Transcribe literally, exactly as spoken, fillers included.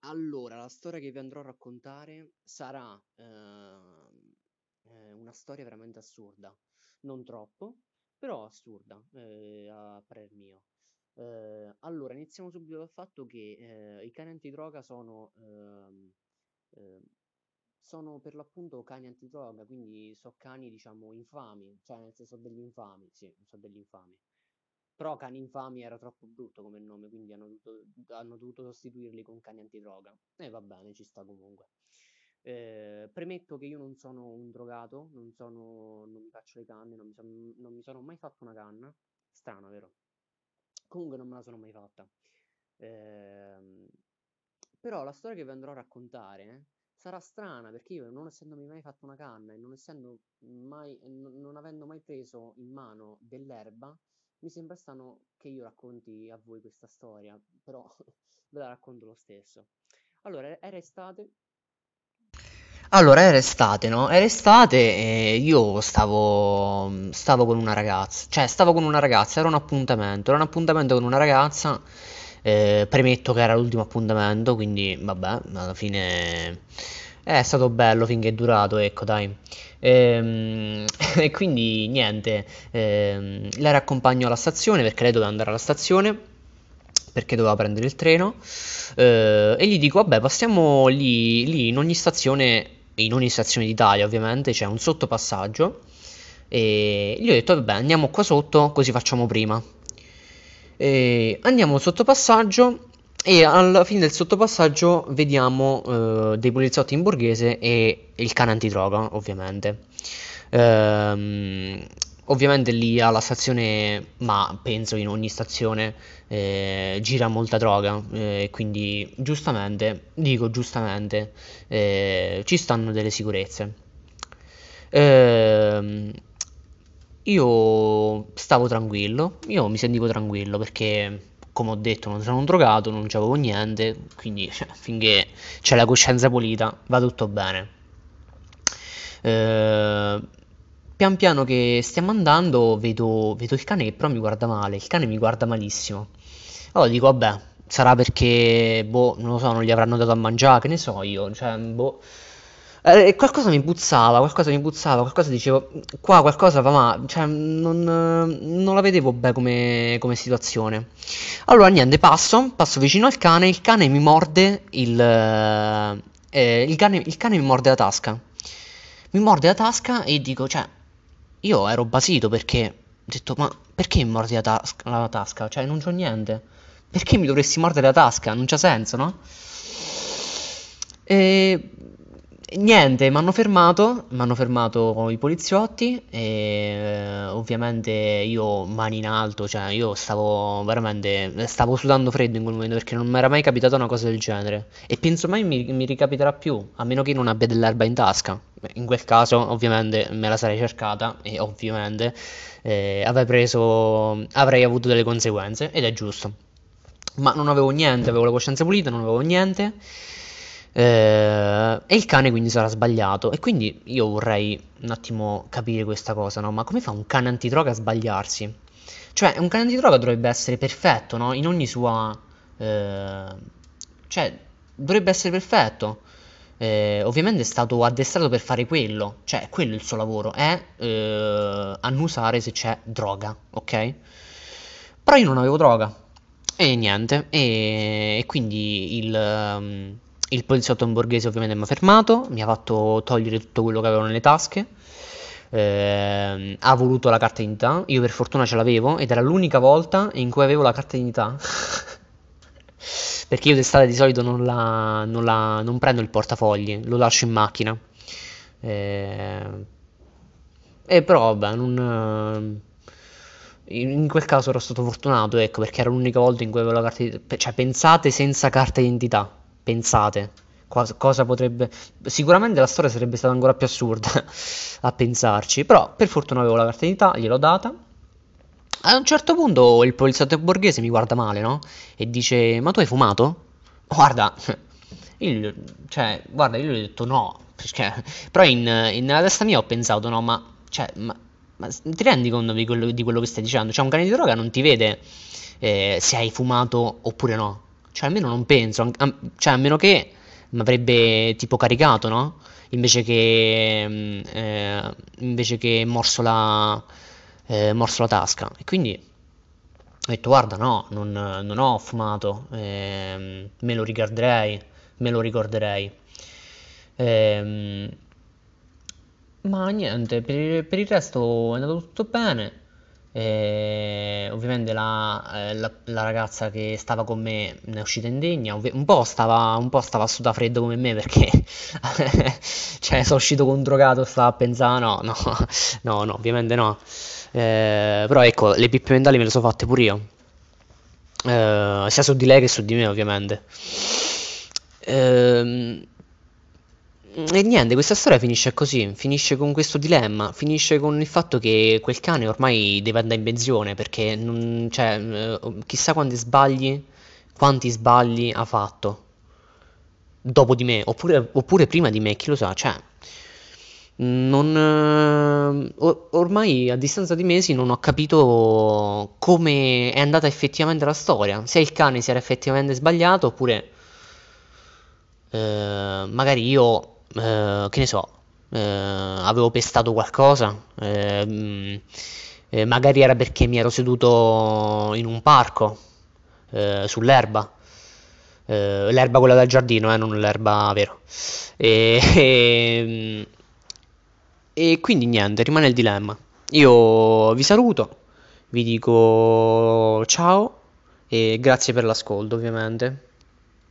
Allora, la storia che vi andrò a raccontare sarà ehm, eh, una storia veramente assurda, non troppo, però assurda, eh, a parer mio. Eh, allora, iniziamo subito dal fatto che eh, i cani antidroga sono, ehm, eh, sono per l'appunto cani antidroga, quindi so cani, diciamo, infami, cioè nel senso degli infami, sì, so degli infami. Però Cani Infami era troppo brutto come nome, quindi hanno dovuto, hanno dovuto sostituirli con Cani Antidroga. E va bene, ci sta comunque. Eh, premetto che io non sono un drogato, non sono, non mi faccio le canne, non mi, son- non mi sono mai fatto una canna. Strano, vero? Comunque non me la sono mai fatta. Ehm, Però la storia che vi andrò a raccontare sarà strana perché io, non essendomi mai fatto una canna e non essendo mai, e non non avendo mai preso in mano dell'erba, mi sembra strano che io racconti a voi questa storia, però ve la racconto lo stesso. Allora, era estate. Allora, era estate, no? Era estate e io stavo, stavo con una ragazza, cioè stavo con una ragazza, era un appuntamento, era un appuntamento con una ragazza, eh, premetto che era l'ultimo appuntamento, quindi vabbè, alla fine è stato bello finché è durato, ecco dai. Ehm, E, quindi niente, ehm, la raccompagno alla stazione perché lei doveva andare alla stazione, perché doveva prendere il treno. Eh, e gli dico, vabbè, passiamo lì, lì in ogni stazione, in ogni stazione d'Italia ovviamente, c'è un sottopassaggio. E gli ho detto, vabbè, andiamo qua sotto, così facciamo prima. E andiamo al sottopassaggio e alla fine del sottopassaggio vediamo eh, dei poliziotti in borghese e il cane antidroga, ovviamente. Ehm, Ovviamente lì alla stazione, ma penso in ogni stazione, eh, gira molta droga, eh, quindi giustamente, dico giustamente, eh, ci stanno delle sicurezze. Ehm, io stavo tranquillo, io mi sentivo tranquillo perché, come ho detto, non sono un drogato, non c'avevo niente, quindi cioè, finché c'è la coscienza pulita va tutto bene. Eh, Pian piano che stiamo andando, vedo, vedo il cane che però mi guarda male, il cane mi guarda malissimo. Allora dico, vabbè, sarà perché, boh, non lo so, non gli avranno dato a mangiare, che ne so io, cioè, boh. Eh, qualcosa mi puzzava, qualcosa mi puzzava, qualcosa dicevo, qua qualcosa va male, cioè, non, non la vedevo bene come, come situazione. Allora, niente, passo, passo vicino al cane, il cane mi morde il, eh, il cane, il cane mi morde la tasca. Mi morde la tasca e dico, cioè, io ero basito perché ho detto, ma perché mi mordi la, tas- la tasca? Cioè, non c'ho niente. Perché mi dovresti mordere la tasca? Non c'ha senso, no? E niente, mi hanno fermato, mi hanno fermato i poliziotti e eh, ovviamente io mani in alto, cioè io stavo veramente, stavo sudando freddo in quel momento perché non mi era mai capitata una cosa del genere e penso mai mi, mi ricapiterà più, a meno che non abbia dell'erba in tasca. In quel caso ovviamente me la sarei cercata e ovviamente eh, avrei preso, avrei avuto delle conseguenze ed è giusto. Ma non avevo niente, avevo la coscienza pulita, non avevo niente. Eh, e il cane quindi sarà sbagliato. E quindi io vorrei un attimo capire questa cosa, no? Ma come fa un cane antidroga a sbagliarsi? Cioè, un cane antidroga dovrebbe essere perfetto, no? In ogni sua... eh, cioè, dovrebbe essere perfetto. Eh, ovviamente è stato addestrato per fare quello. Cioè, quello è il suo lavoro, è eh, annusare se c'è droga, ok? Però io non avevo droga. E niente, e, e quindi il, ehm, il poliziotto borghese ovviamente mi ha fermato, mi ha fatto togliere tutto quello che avevo nelle tasche, ehm, ha voluto la carta d'identità, io per fortuna ce l'avevo ed era l'unica volta in cui avevo la carta d'identità. Perché io d'estate di solito non, la, non, la, non prendo il portafogli, lo lascio in macchina. Eh, e però vabbè, non... In in quel caso ero stato fortunato, ecco, perché era l'unica volta in cui avevo la carta d'identità. Cioè, pensate senza carta d'identità. Pensate. Cosa, cosa potrebbe... Sicuramente la storia sarebbe stata ancora più assurda a pensarci. Però, per fortuna avevo la carta d'identità, gliel'ho data. A un certo punto il poliziotto borghese mi guarda male, no? E dice, ma tu hai fumato? Guarda, io, cioè, guarda, io gli ho detto no, perché, però in, in- nella testa mia ho pensato, no, ma, cioè, ma, ma ti rendi conto di quello, di quello, che stai dicendo? Cioè, un cane di droga non ti vede eh, se hai fumato oppure no. Cioè, almeno non penso, an- a- cioè, a meno che mi avrebbe tipo caricato, no? Invece che, mm, eh, invece che morso la, eh, morso la tasca. E quindi ho detto, guarda, no, non, non ho fumato, ehm, me lo ricorderei, me lo ricorderei. Ehm, ma niente, per il, per il resto è andato tutto bene. E ovviamente la, eh, la- la ragazza che stava con me ne è uscita indegna. Ovvi- un po' stava, un po' stava a sudare freddo come me perché cioè, sono uscito con un drogato, stava a pensare, no, no, no, no, ovviamente no. Eh, però ecco, le pippe mentali me le sono fatte pure io. Eh, sia su di lei che su di me, ovviamente. Ehm, e niente, questa storia finisce così, finisce con questo dilemma, finisce con il fatto che quel cane ormai deve andare in pensione perché non, cioè, eh, chissà quanti sbagli, quanti sbagli ha fatto dopo di me, oppure, oppure prima di me, chi lo sa, cioè, non, eh, or- ormai a distanza di mesi non ho capito come è andata effettivamente la storia, se il cane si era effettivamente sbagliato oppure eh, magari io, eh, che ne so, eh, avevo pestato qualcosa, eh, mh, eh, magari era perché mi ero seduto in un parco, eh, sull'erba, eh, l'erba quella del giardino, eh, non l'erba vero. E, e, e quindi niente, rimane il dilemma. Io vi saluto, vi dico ciao e grazie per l'ascolto, ovviamente.